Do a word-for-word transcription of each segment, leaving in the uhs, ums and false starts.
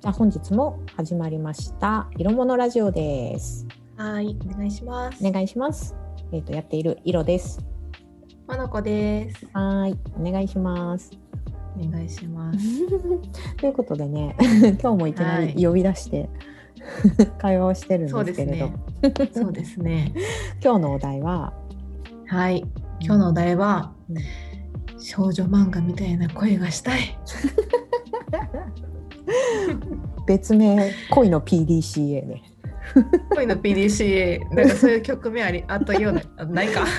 じゃあ本日も始まりました色物ラジオです。 はい、お願いします。 お願いします。えっとやっている色です。 まのこです。 はい、お願いします。 お願いしますということでね、今日もいきなはいり呼び出して会話をしてるんそうでけれど、 ですすね。そうですね。 今日のお題は、 はい、今日のお題は、 うん少女漫画みたいな声がしたい。 別名恋の ピーディーシーエー ね。 恋の ピーディーシーエー、なんかそういう曲名ありあったようなあないか。はい、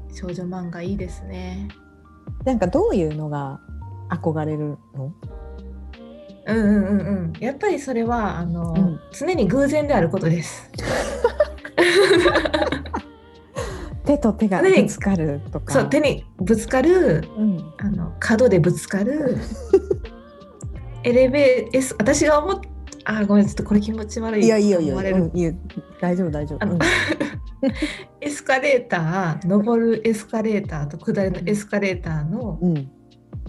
少女漫画いいですね。 なんかどういうのが憧れるの？ うんうんうんうん。やっぱりそれはあの、 うん、 常に偶然であることです。 手と手がぶつかるとか、 そう手にぶつかる、 うん、 あの角でぶつかるエレベーター、私が思っあごめんちょっとこれ気持ち悪いいやいいよいいよ、 と思われる、 うん、いい大丈夫大丈夫、 あの、 うん、 エスカレーター上るエスカレーターと下りのエスカレーターの、 うん、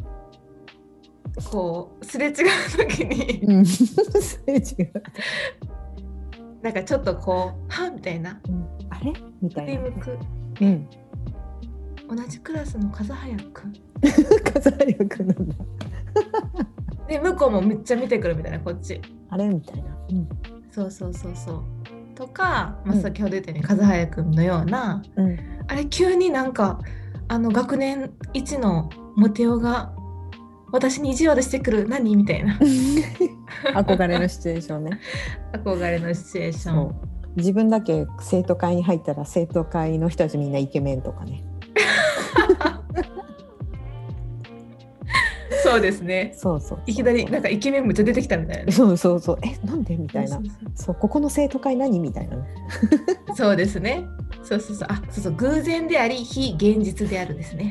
こうすれ違う時に、 うん、すれ違う、 なんかちょっとこうはみたいな、 うん、あれみたいな、 振り向く、 うん、 同じクラスの風早くん風早くなんだで向こうもめっちゃ見てくるみたいな、こっちあれみたいな、うん、 そうそうそうそうとか、まあ、先ほど言ったように風早くんのような、 うん、 あれ急になんかあの学年一のモテ男が私に意地悪してくる何みたいな憧れのシチュエーションね。 憧れのシチュエーション。 そう自分だけ生徒会に入ったら生徒会の人たちみんなイケメンとかね。 そうですね。 そうそうそう、 いきなりなんかイケメンむっちゃ出てきたみたいな、ね、 そうそうそう、えなんでみたいな、 そうそうそう、 そうここの生徒会何みたいな、ね、 そうですね。そうそうそう、あそうそう、偶然であり非現実であるですね。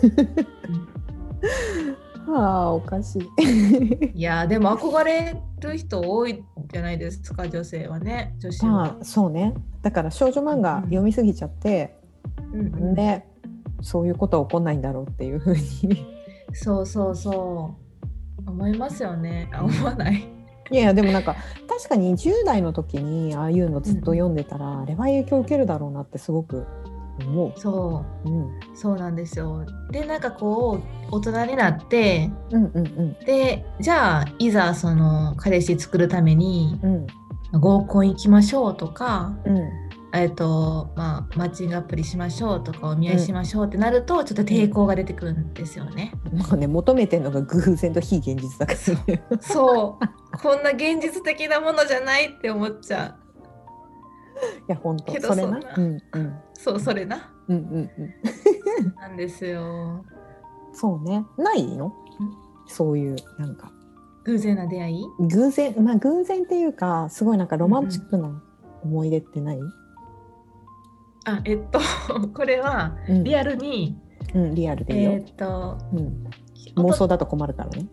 ああおかしい。 いやでも憧れる人多いじゃないですか、女性はね、女子は。 まあそうね、だから少女漫画読みすぎちゃって、 うんうん、 でそういうことは起こんないんだろうっていうふうにそうそうそう思いますよね。あ、思わない？ いやいやでもなんか確かにじゅう代の時にああいうのずっと読んでたら、うん、あれは影響を受けるだろうなってすごく思う。 そう、 うん、 そうなんですよ。でなんかこう大人になって、 うんうんうん、でじゃあいざその彼氏作るために、うん、合コン行きましょうとか、うん、えっとまあ、マッチングアプリしましょうとかお見合いしましょうってなると、うん、ちょっと抵抗が出てくるんですよね。 まあね、求めてるのが偶然と非現実だからね。 そうこんな現実的なものじゃないって思っちゃう。 いや本当けどそれな、 な、 うんうん、 そうそれな、 うんうんうん、 なんですよ。 そうね、ないの？そういうなんか偶然な出会い？ 偶然、まあ偶然っていうかすごいなんかロマンチックな思い出ってない？うんうん、 あえっとこれはリアルに、 うんうん、リアルでいいよ。 えっと、 うん、妄想だと困るからね。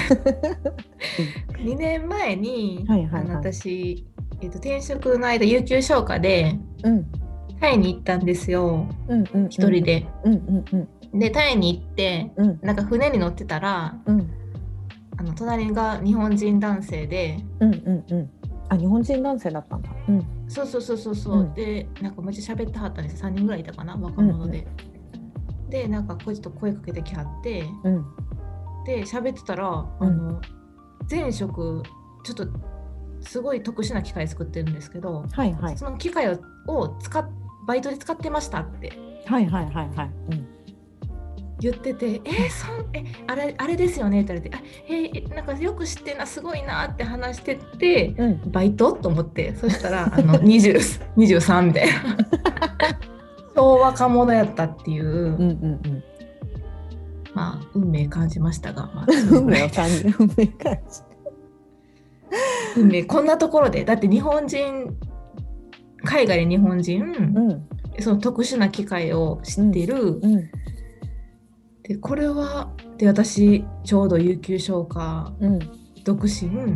にねんまえに、 はいはいはい、 あの私、えっと、転職の間有給消化で、うん、タイに行ったんですよ、うんうんうん、一人で、うんうんうん、でタイに行って、うん、なんか船に乗ってたら、うん、あの隣が日本人男性で、うんうんうん、 あ日本人男性だったんだ、うん、 そうそうそうそうそう、うん、でなんかめっちゃ喋ってはったんです。さんにんぐらいいたかな、若者で、うんうん、でなんかこいつと声かけてきはって、うん、で喋ってたら、うん、あの前職ちょっとすごい特殊な機械作ってるんですけど、はいはい、その機械をを使っバイトで使ってましたってはいはいはいはい、うん、 言ってて、えー、そんえあれあれですよねって言われて、あえー、なんかよく知ってんなすごいなって話してて、うん、バイトと思って、そしたらあのにじゅう、にじゅうさんみたいな昭和若者やったっていう、うんうんうん、まあ運命感じましたが、まあ、 運命を感じ運命感じ運命こんなところで、だって日本人海外で日本人、うん、その特殊な機械を知ってる、うんうん、でこれはで私ちょうど有給消化、うん、独身、うん、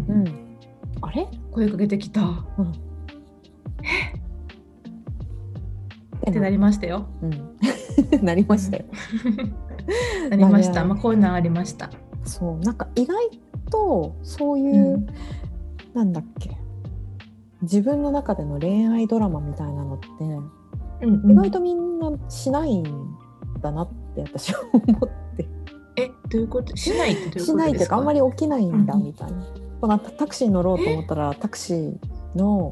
あれ声かけてきた、うん、えってなりましたよ、 うん、なりましたよ、 なりました、まあ、こういうのありました。 そうなんか意外とそういう、うん、なんだっけ、自分の中での恋愛ドラマみたいなのって、うんうん、意外とみんなしないんだなって私は思って。 え、どういうこと？しないってどういうことですか？ しないっていうかあんまり起きないんだみたいな、うんうん、タクシーに乗ろうと思ったらタクシーの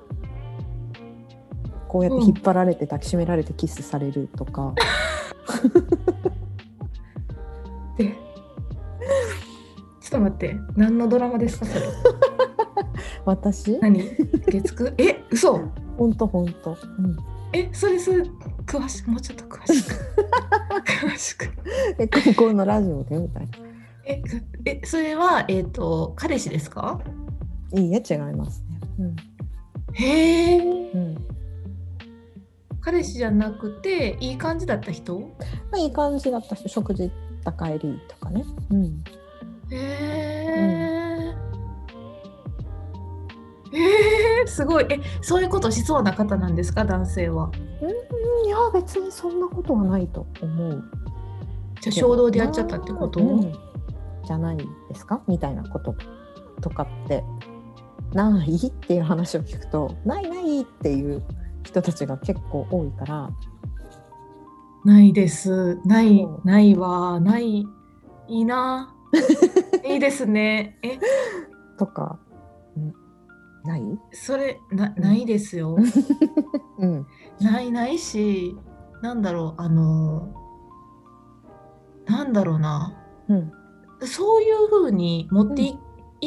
こうやって引っ張られて抱きしめられてキスされるとか、 うん、でちょっと待って、何のドラマですかそれ？ 私？ 何？月9？え、嘘？ ほんとほんと、うん、 え、それそれ詳しく、もうちょっと詳しく詳しくえ、高校のラジオでみたいな。 え、え、それはえっ、ー、と彼氏ですか？ いいえ、違いますね、うん、 へえ、うん、彼氏じゃなくていい感じだった人？まあ、いい感じだった人、食事行った帰りとかね、うん、 へえ、うん、えー、すごい。え、そういうことしそうな方なんですか、男性は？ うん、いや別にそんなことはないと思う。 じゃあ衝動でやっちゃったってこと？うん、 じゃないですかみたいなこととかってないっていう話を聞くと、ないないっていう人たちが結構多いから。 ないです、ないないわ、ない、いいな、いいですね。えとか、ない？ それ な, ないですよ、うん、ないないし、なんだろう、あのなんだろうな、うん、そういう風に持ってい、うん、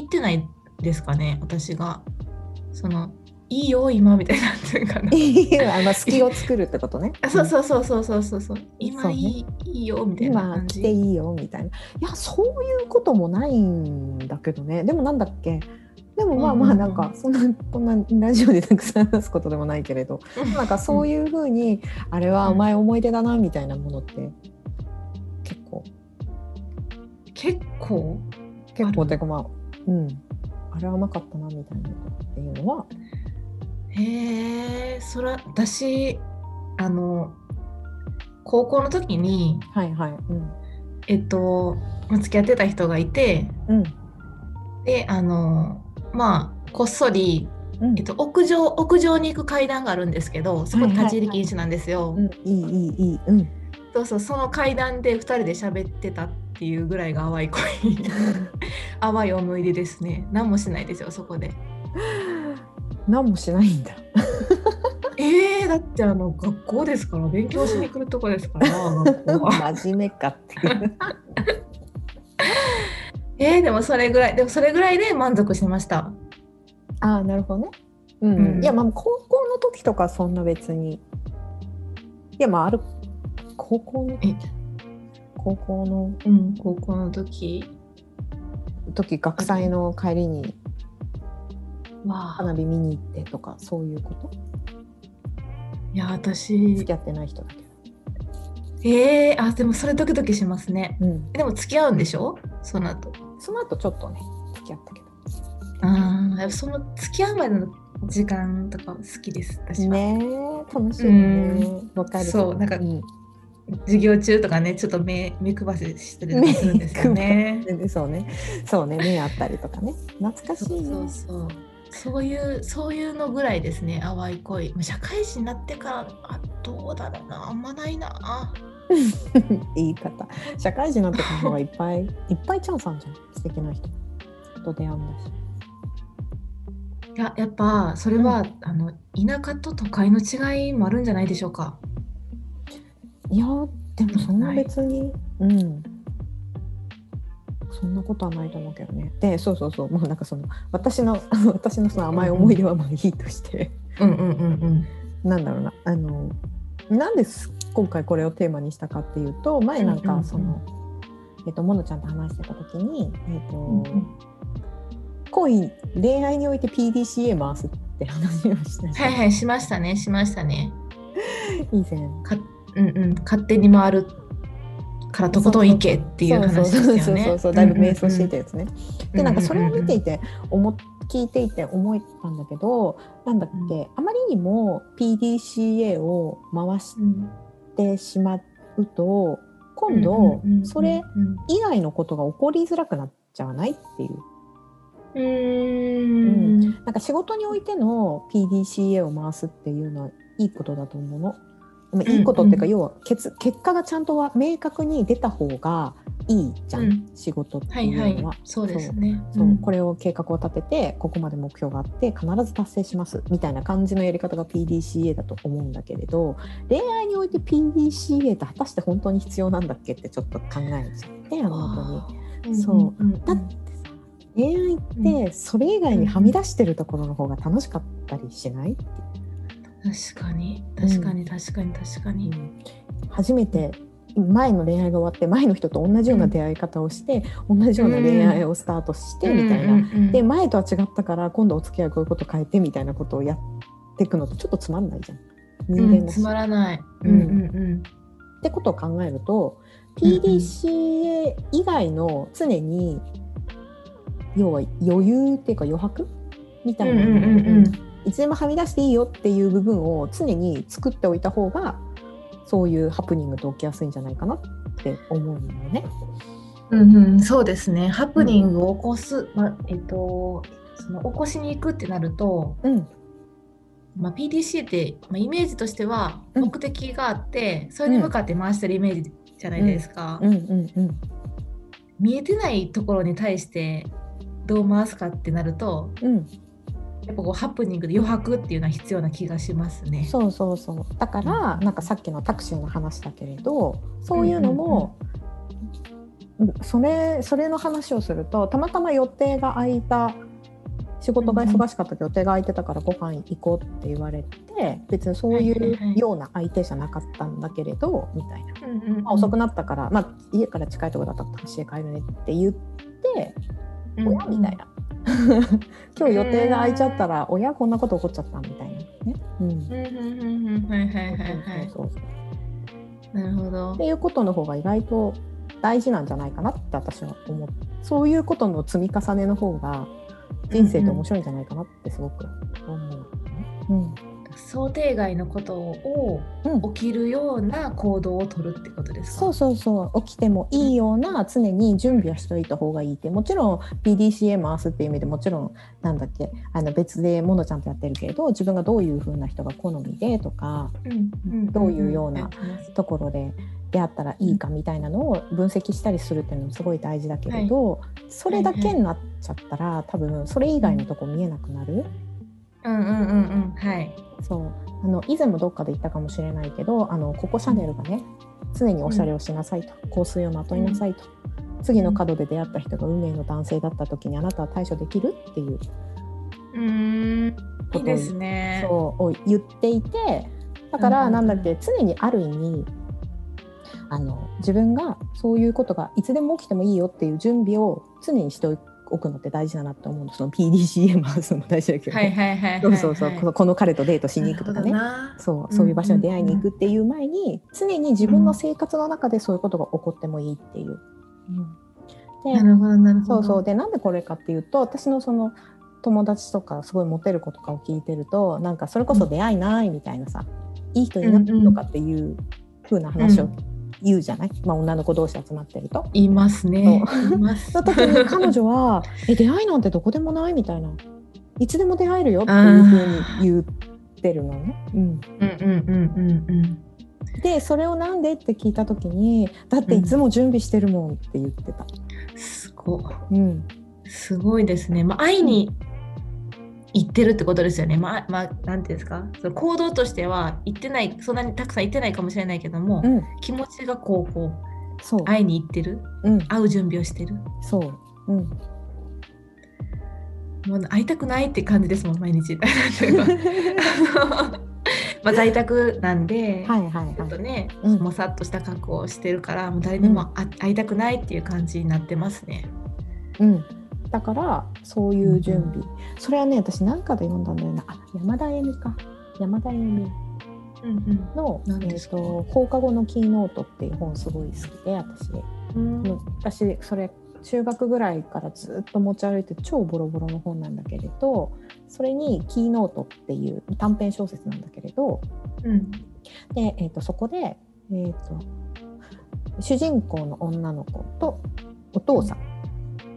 ってないですかね、私が。そのいいよ今みたいなっていうかなあの隙を作るってことね。 そうそうそうそうそうそうそう、今いい、ね、いいよみたいな感じ。 今来ていいよみたいな。いやそういうこともないんだけどね。でもなんだっけ、でもまあまあなんかそんなこんなラジオでたくさん話すことでもないけれど、なんかそういうふうにあれは甘い思い出だなみたいなものって結構結構結構てかまあうんあれは甘かったなみたいなっていうのは。 へえ、それ私あの高校の時に、 はいはい、うん、 えっと付き合ってた人がいて、うん、であのまあこっそり、うん、えっと、屋上屋上に行く階段があるんですけど、そこで立ち入り禁止なんですよ。 いいいいいい、うん、 そうそう、その階段でふたりで喋ってたっていうぐらいが淡い恋淡い思い出ですね。何もしないですよそこで。 何もしないんだえー、だってあの学校ですから、勉強しに来るとこですから学校は真面目かっていうえー、でもそれぐらいでもそれぐらいで満足してました。 ああ、なるほどね、うんうん、いやまあ高校の時とかそんな別に、いやまあある高校の時高校の、 うん、高校の時時学祭の帰りに花火見に行ってとかそういうこと？ いや私付き合ってない人だけど。 えー、あでもそれドキドキしますね、うん、でも付き合うんでしょその後？ その後ちょっとね付き合ったけど、 あその付き合うまでの時間とか好きです私は。 ねえ楽しいね。わかる。 そうなんか、うん、授業中とかねちょっと目目配せしてるするんですよね。 そうねそうね目あったりとかね懐かしいね。 そうそうそういうそういうのぐらいですね淡い恋。社会人になってからあどうだろうな、あんまないな言い方社会人になってからの方がいっぱいいっぱいチャンスあるじゃん、素敵な人と出会うんだし。 いややっぱそれは、うん、あの田舎と都会の違いもあるんじゃないでしょうか。 いやでもそんな別に、うん、そんなことはないと思うけどね。でそうそうそうもうなんかその私の私のその甘い思い出はまあいいとしてうんうんうんうんなんだろうな、あのなんで今回これをテーマにしたかっていうと、前なんかその、うんうんうん、えっとモノちゃんと話してた時に、えっとうんうん、恋恋愛において ピーディーシーエー 回すって話をした。 はいはいしましたねしましたね以前か、うんうん、勝手に回るからとことん行けっていう話ですよね。 そうそうそうだいぶ迷走していたやつね、うんうんうん、でなんかそれを見ていて思聞いていて思ったんだけど、なんだっけ、うん、あまりにも ピーディーシーエー を回してしまうと、うん、今度それ以外のことが起こりづらくなっちゃわないっていう。 うーん、 うん、なんか仕事においての ピーディーシーエー を回すっていうのはいいことだと思うの。いいことっていうか、うんうん、要は 結, 結果がちゃんとは明確に出た方がいいじゃん、うん、仕事っていうのは、はいはい、 そうですね。 そう、そう、これを計画を立ててここまで目標があって必ず達成しますみたいな感じのやり方が ピーディーシーエー だと思うんだけれど、恋愛において ピーディーシーエー って果たして本当に必要なんだっけってちょっと考えちゃってあの後に、そう、うんうんうん、だってさ恋愛ってそれ以外にはみ出してるところの方が楽しかったりしない？って確かに確かに確かに確かに、うん、 初めて前の恋愛が終わって前の人と同じような出会い方をして、うん、同じような恋愛をスタートしてみたいな、うんうんうん、で前とは違ったから今度お付き合いこういうこと変えてみたいなことをやっていくのってちょっとつまんないじゃん、人間だし、 うん、つまらない、うんうんうん、 ってことを考えると ピーディーシーエー 以外の常に要は余裕っていうか余白みたいなのを、うんうんうんうん、いつでもはみ出していいよっていう部分を常に作っておいた方がそういうハプニングって起きやすいんじゃないかなって思うのよね。 うんうん、そうですね。ハプニングを起こす、うんまえっと、その起こしに行くってなると、うんまあ、ピーディーシー って、まあ、イメージとしては目的があって、うん、それに向かって回してるイメージじゃないですか。うんうんうんうん、見えてないところに対してどう回すかってなると、うん、やっぱこうハプニングで余白っていうのは必要な気がしますね。 そうそうそう。だから、うん、なんかさっきのタクシーの話だけれど、そういうのも、うんうんうん、それそれの話をすると、たまたま予定が空いた、仕事が忙しかったけど予定が空いてたからご飯行こうって言われて、別にそういうような相手じゃなかったんだけれど、みたいな、うんうんうんまあ、遅くなったから、まあ、家から近いところだったらタクシーで帰るねって言って、うんうん、親みたいな今日予定が空いちゃったら、えー、親こんなこと起こっちゃったみたいなね。うん。 はいはいはいはい。そうそうそう。なるほど。 っていうことの方が意外と大事なんじゃないかなって私は思う。そういうことの積み重ねの方が人生って面白いんじゃないかなってすごく思う。 うんうん、想定外のことを起きるような行動を取るってことですか？ うん、そうそうそう。起きてもいいような常に準備はしておいた方がいいって。もちろん ピーディーシーエー 回すっていう意味でもちろんなんだっけあの別でものちゃんとやってるけれど、自分がどういう風な人が好みでとか、うんうん、どういうようなところで出会ったらいいかみたいなのを分析したりするっていうのもすごい大事だけれど、はい、それだけになっちゃったら、はいはい、多分それ以外のとこ見えなくなる。 うんうんうんうんはいそうあの以前もどっかで言ったかもしれないけど、あのココシャネルがね、常におしゃれをしなさいと、うん、香水をまといなさいと、うん、次の角で出会った人が運命の男性だった時にあなたは対処できるっていううーんいいですね。 そうを言っていて、だからなんだっけ、うん、常にある意味あの自分がそういうことがいつでも起きてもいいよっていう準備を常にしておくのって大事だなと思うの。その ピーディーシーエー 回すのも大事だけど、 はいはいはいはい、 そうそうそうこの、この彼とデートしに行くとかね、そう、そういう場所に出会いに行くっていう前に、常に自分の生活の中でそういうことが起こってもいいっていう、うん、でなるほどなるほど。 そうそうでなんでこれかっていうと、私のその友達とかすごいモテる子とかを聞いてると、なんかそれこそ出会いないみたいなさ、うん、いい人いないとかっていう風な話を、うん言うじゃない、まあ、女の子同士集まってると言いますね。 そう言いますの時に彼女はえ出会いなんてどこでもないみたいな、いつでも出会えるよっていう風に言ってるのね、うん、うんうんうんうんでそれをなんでって聞いた時に、だっていつも準備してるもんって言ってた、 うん、すごい、うん、すごいですね、まあ、愛に言ってるってことですよね。まあ、まあ、なんていうんですか、その行動としては言ってない、そんなにたくさん言ってないかもしれないけども、うん、気持ちがこうこうそう会いに行ってる、うん、会う準備をしてる。 そう、うん、 もう会いたくないって感じですもん毎日。まあ在宅なんで、はいはいはい、ちょっとね、うん、もさっとした格好をしてるからもう誰にも会いたくないっていう感じになってますね。 うん。だからそういう準備、うん、それはね私なんかで読んだんだよな、あ山田恵美か山田恵美の、うんうん、えーと、放課後のキーノートっていう本すごい好きで、私、うん、私それ中学ぐらいからずっと持ち歩いて超ボロボロの本なんだけれど、それにキーノートっていう短編小説なんだけれど、うん、で、えーと、そこで、えーと、主人公の女の子とお父さん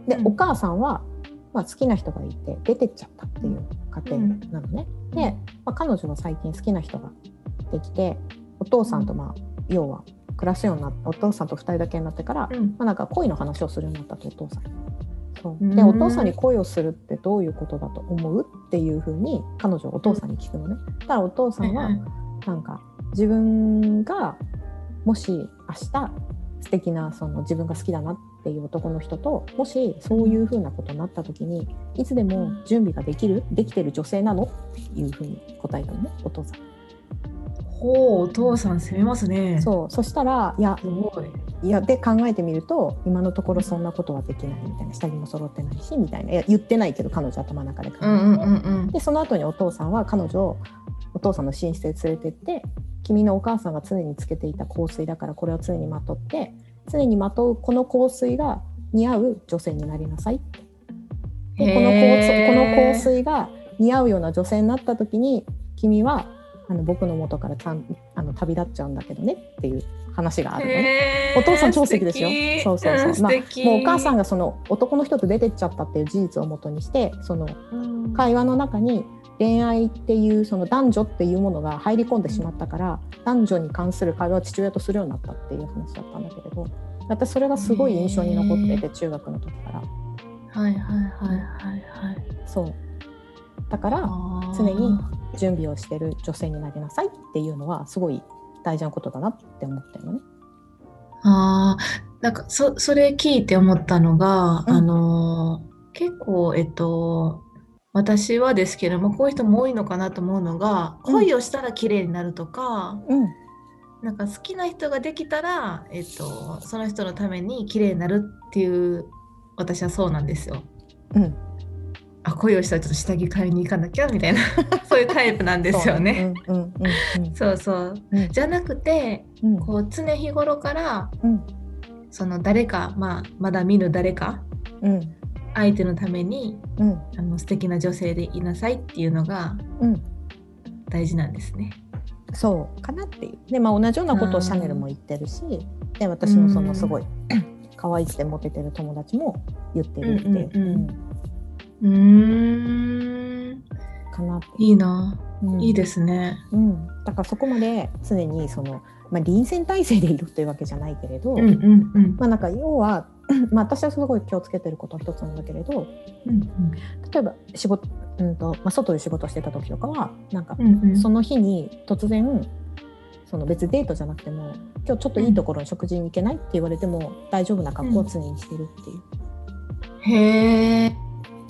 で、うん、お母さんは、まあ、好きな人がいて出てっちゃったっていう家庭なのね、うん、で、まあ、彼女は最近好きな人ができてお父さんとまあ要は暮らすようになってお父さんとふたりだけになってから、うんまあ、なんか恋の話をするようになったとお父さんそうでお父さんに恋をするってどういうことだと思うっていうふうに彼女はお父さんに聞くのね。だからお父さんはなんか自分がもし明日素敵なその自分が好きだなっていう男の人ともしそういうふうなことになった時にいつでも準備ができるできてる女性なのっていうふうに答えたのねお父さん。 ほうお父さん攻めますね。 そうそしたらいやすごいいやで考えてみると今のところそんなことはできないみたいな下着も揃ってないしみたいないや言ってないけど彼女頭の中で考えて、うんうんうんうん、でその後にお父さんは彼女をお父さんの寝室へ連れてって君のお母さんが常につけていた香水だからこれを常にまとって常にまとうこの香水が似合う女性になりなさいってでこの香、この香水が似合うような女性になった時に君はあの僕の元からちゃんあの旅立っちゃうんだけどねっていう話があるのね。お父さん超素敵ですよ。そうそうそう、まあ、もうお母さんがその男の人と出てっちゃったっていう事実をもとにしてその会話の中に恋愛っていうその男女っていうものが入り込んでしまったから男女に関する会話を父親とするようになったっていう話だったんだけれど私それがすごい印象に残ってて中学の時から。 はいはいはいはいはいそうだから常に準備をしてる女性になりなさいっていうのはすごい大事なことだなって思ってるのね。 あなんか そ, それ聞いて思ったのが、うん、あの結構えっと私はですけどもこういう人も多いのかなと思うのが、うん、恋をしたら綺麗になるとか、うん、なんか好きな人ができたら、えっと、その人のために綺麗になるっていう私はそうなんですよ。うんあ恋をしたらちょっと下着買いに行かなきゃみたいなそういうタイプなんですよね。そうそう、うん、じゃなくて、うん、こう常日頃から、うん、その誰か、まあ、まだ見ぬ誰か、うん、相手のために、うん、あの素敵な女性でいなさいっていうのが大事なんですね。 そうかなっていうで、まあ、同じようなことをシャネルも言ってるしで私のそのすごい可愛いってモテてる友達も言ってるっていう。うんうんうんうーんかなっていいな、うん、いいですね、 うん、だからそこまで常にその、まあ、臨戦態勢でいるっていうわけじゃないけれど、うんうんうんまあ、なんか要は、まあ、私はすごい気をつけてること一つなんだけれど、うんうん、例えば仕事、うんとまあ、外で仕事してた時とかはなんかその日に突然その別にデートじゃなくても今日ちょっといいところに食事に行けないって言われても大丈夫な格好を常にしてるっていう、 うん、へー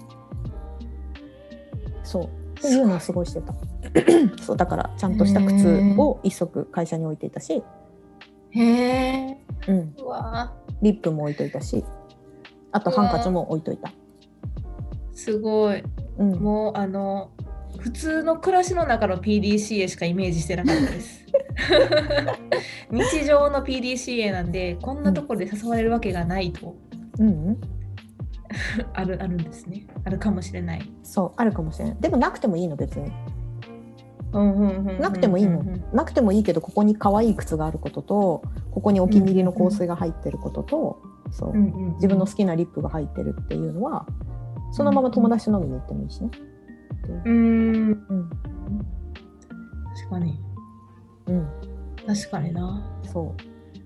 そうっていうのはすごいしてたそうだからちゃんとした靴を一足会社に置いていたしへえ、 うん、うわリップも置いといたしあとハンカチも置いといたすごい、うん、もうあの普通の暮らしの中の ピーディーシーエー しかイメージしてなかったです日常の ピーディーシーエー なんでこんなところで誘われるわけがないと、うんうんある、あるんですね。あるかもしれない。 そう、あるかもしれない。でもなくてもいいの別に。なくてもいいの。なくてもいいけどここに可愛い靴があることとここにお気に入りの香水が入ってることと、うんうん、そう、うんうんうん、自分の好きなリップが入ってるっていうのはそのまま友達と飲みに行ってもいいしね。 うん、うん、確かに。うん、確かにな。 そう。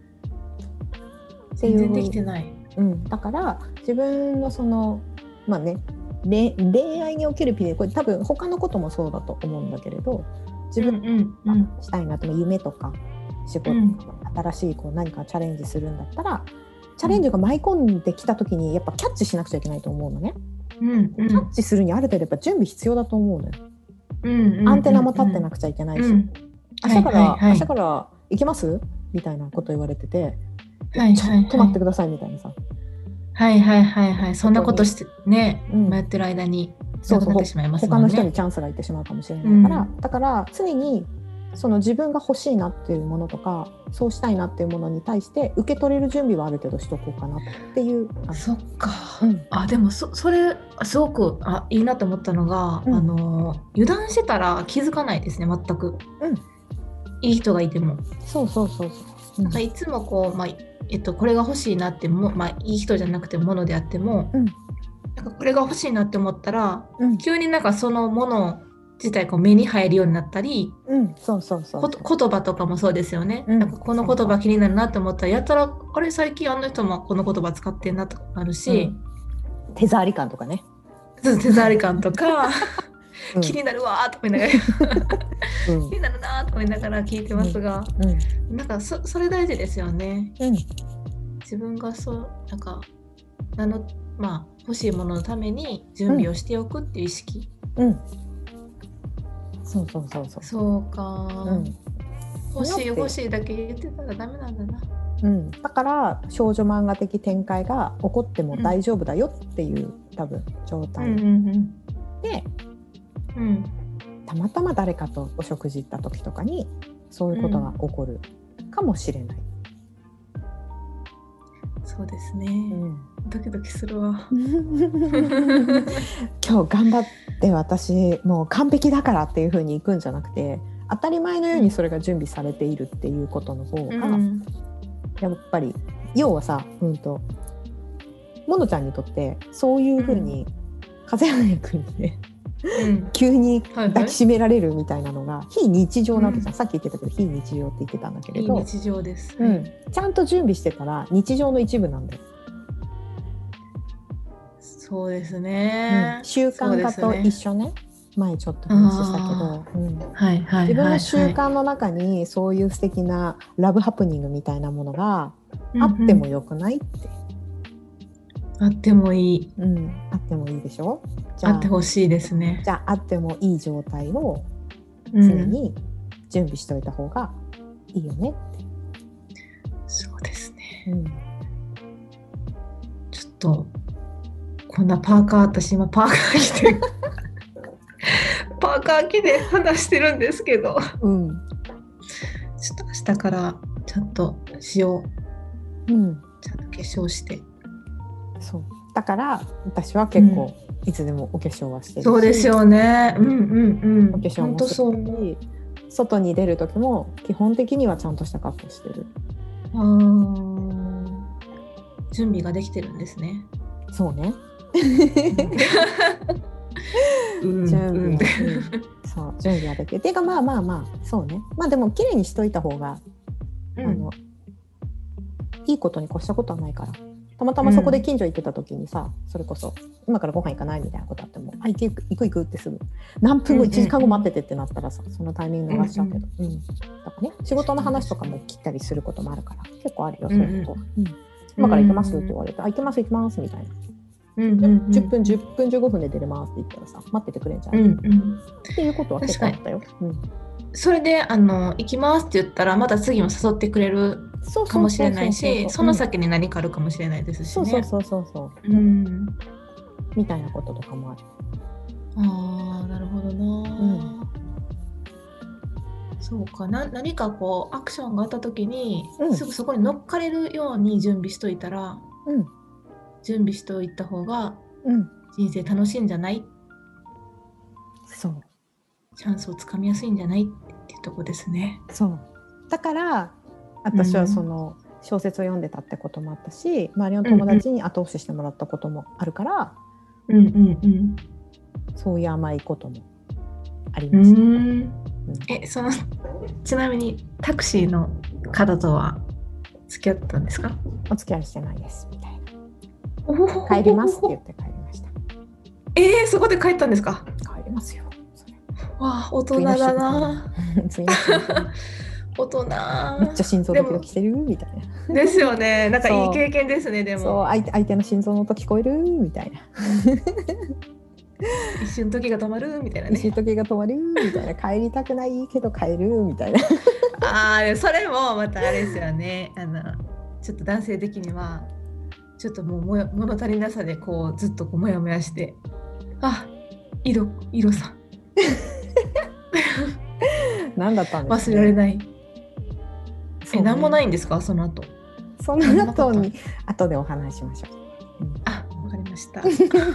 全然できてない。 うん、だから自分のそのまあね恋愛におけるピレこれ多分他のこともそうだと思うんだけれど自分がしたいなと、うんうん、夢とか仕事、うん、新しいこう何かチャレンジするんだったらチャレンジが舞い込んできた時にやっぱキャッチしなくちゃいけないと思うのね、うんうん、キャッチするにある程度やっぱ準備必要だと思うのよ、うんうんうん、アンテナも立ってなくちゃいけないし、うん、明日から、はいはいはい、明日から行きますみたいなこと言われててはいはいはい、ちょっと待ってくださいみたいなさはいはいはいはいそんなことしてね、うん、やってる間になくなってしまいますもんね。 他の人にチャンスがいってしまうかもしれないから、うん、だから常にその自分が欲しいなっていうものとかそうしたいなっていうものに対して受け取れる準備はある程度しとこうかなっていう。 そっか、うん、あでも そ, それすごくあいいなと思ったのが、うん、あの油断してたら気づかないですね全く、うん、いい人がいてもそうそうそうそう、 なんかいつもこう、まあえっと、これが欲しいなっても、まあ、いい人じゃなくてもものであっても、うん、 なんかこれが欲しいなって思ったら、 うん、 急になんかそのもの自体こう目に入るようになったり、 うん、そうそうそうそうこ言葉とかもそうですよね、 うん、 なんかこの言葉気になるなって思ったらやったらあれ最近あの人もこの言葉使ってんなとかあるし、 うん、手触り感とかね、 手触り感とかうん、 気になるわーとか言いながら、うん、気になるなーとか言いながら聞いてますが、うん、なんか そ, それ大事ですよね、うん、自分がそうなんかあの、まあ、欲しいもののために準備をしておくっていう意識、うんうん、 そうそうそうそうそうか、うん、欲しい欲しいだけ言ってたらダメなんだな、 うん、だから少女漫画的展開が起こっても大丈夫だよっていう、うん、多分状態、うんうんうん、で、うん、たまたま誰かとお食事行った時とかにそういうことが起こるかもしれない、 うん、そうですね、うん、ドキドキするわ今日頑張って私もう完璧だからっていう風に行くんじゃなくて、当たり前のようにそれが準備されているっていうことの方が、うん、やっぱり要はさ、うんとモノちゃんにとってそういう風に、うん、風早くにね、うん、急に抱きしめられるみたいなのが非日常なわけじゃん、うん、さっき言ってたけど非日常って言ってたんだけれど、 非日常です、 うん、ちゃんと準備してたら日常の一部なんだよ。 そうですね、 うん、習慣化と一緒ね、前ちょっと話したけど、うん、はいはい、自分の習慣の中にそういう素敵なラブハプニングみたいなものがあってもよくないって、 うんうん、あってもいい、 うん、あってもいいでしょ。 じゃああってほしいですね。 じゃああってもいい状態を常に準備しておいた方がいいよねって、うん、 そうですね、うん、ちょっとこんなパーカー、私今パーカー着てパーカー着で話してるんですけど、うん、ちょっと明日からちゃんとしよう、うん、ちゃんと化粧して。 そうだから私は結構いつでもお化粧はしてるし、 うん、そうですよね、うんうんうん、 お化粧もするし、外に出る時も基本的にはちゃんとした格好してる。 あー、準備ができてるんですね。 そうねうん、 準備は、うん、そう準備はできるっていうか、まあまあまあそうね、まあでも綺麗にしといた方が、うん、あのいいことに越したことはないから。たまたまそこで近所行ってた時にさ、うん、それこそ今からご飯行かないみたいなことあっても、あ、行く行く行くってすぐ何分後、いちじかんご待っててってなったらさ、そのタイミング逃しちゃうけど、うんうん、だからね、仕事の話とかも切ったりすることもあるから結構あるよ、そういうこと、うんうん、今から行けますって言われて、あ、行けます行きますみたいな、うんうんうん、じゅっぷんじゅっぷんじゅうごふんで出れますって言ったらさ、待っててくれんじゃん、うんうん、っていうことは結構あったよ。うん、 それであの行きますって言ったらまた次も誘ってくれるかもしれないし、その先に何かあるかもしれないですしね。 そうそうそうそう、うん、みたいなこととかもある。 ああ、なるほどな、うん、そうかな。何かこうアクションがあった時に、うん、すぐそこに乗っかれるように準備しといたら、うん、準備しといた方が人生楽しいんじゃない、うん、 そう、 チャンスをつかみやすいんじゃないっていうとこですね。 そうだから私はその小説を読んでたってこともあったし、周りの友達に後押ししてもらったこともあるから、うんうんうん、そういう甘いこともありました。うんうん、 え、そのちなみにタクシーの方とは付き合ったんですか？ お付き合いしてないですみたいな。帰りますって言って帰りました。 えー、そこで帰ったんですか？ 帰りますよ。 わあ、大人だな。次の仕事大人。 めっちゃ心臓ドキドキしてるみたいな。ですよね。なんかいい経験ですね。でもそう、相手、相手の心臓の音聞こえるみたいな。 一瞬時が止まるみたいなね。 一瞬時が止まるみたいな。帰りたくないけど帰るみたいな。 ああ、それもまたあれですよね。あのちょっと男性的にはちょっともうもよ物足りなさでこうずっとこうモヤモヤして、あ、井戸井戸さん。 何だったんですか、 ね、忘れられない。え、何もないんですか、その後。 その後に後でお話しましょう。うん、あ、わかりました。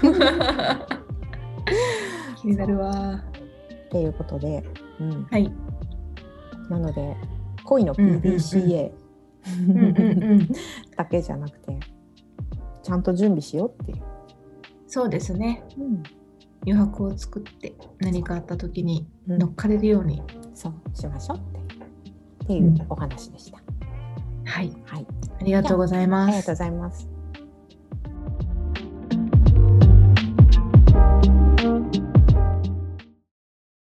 気になるわ。 っていうことで、うん、 はい。 なので恋の ピーディーシーエー だけじゃなくて、ちゃんと準備しようっていう。 そうですね。 うん、 余白を作って何かあった時に乗っかれるように、 うん、そうしましょうってっていうお話でした。 うん、はい、 はい、 ありがとうございます。 ありがとうございます。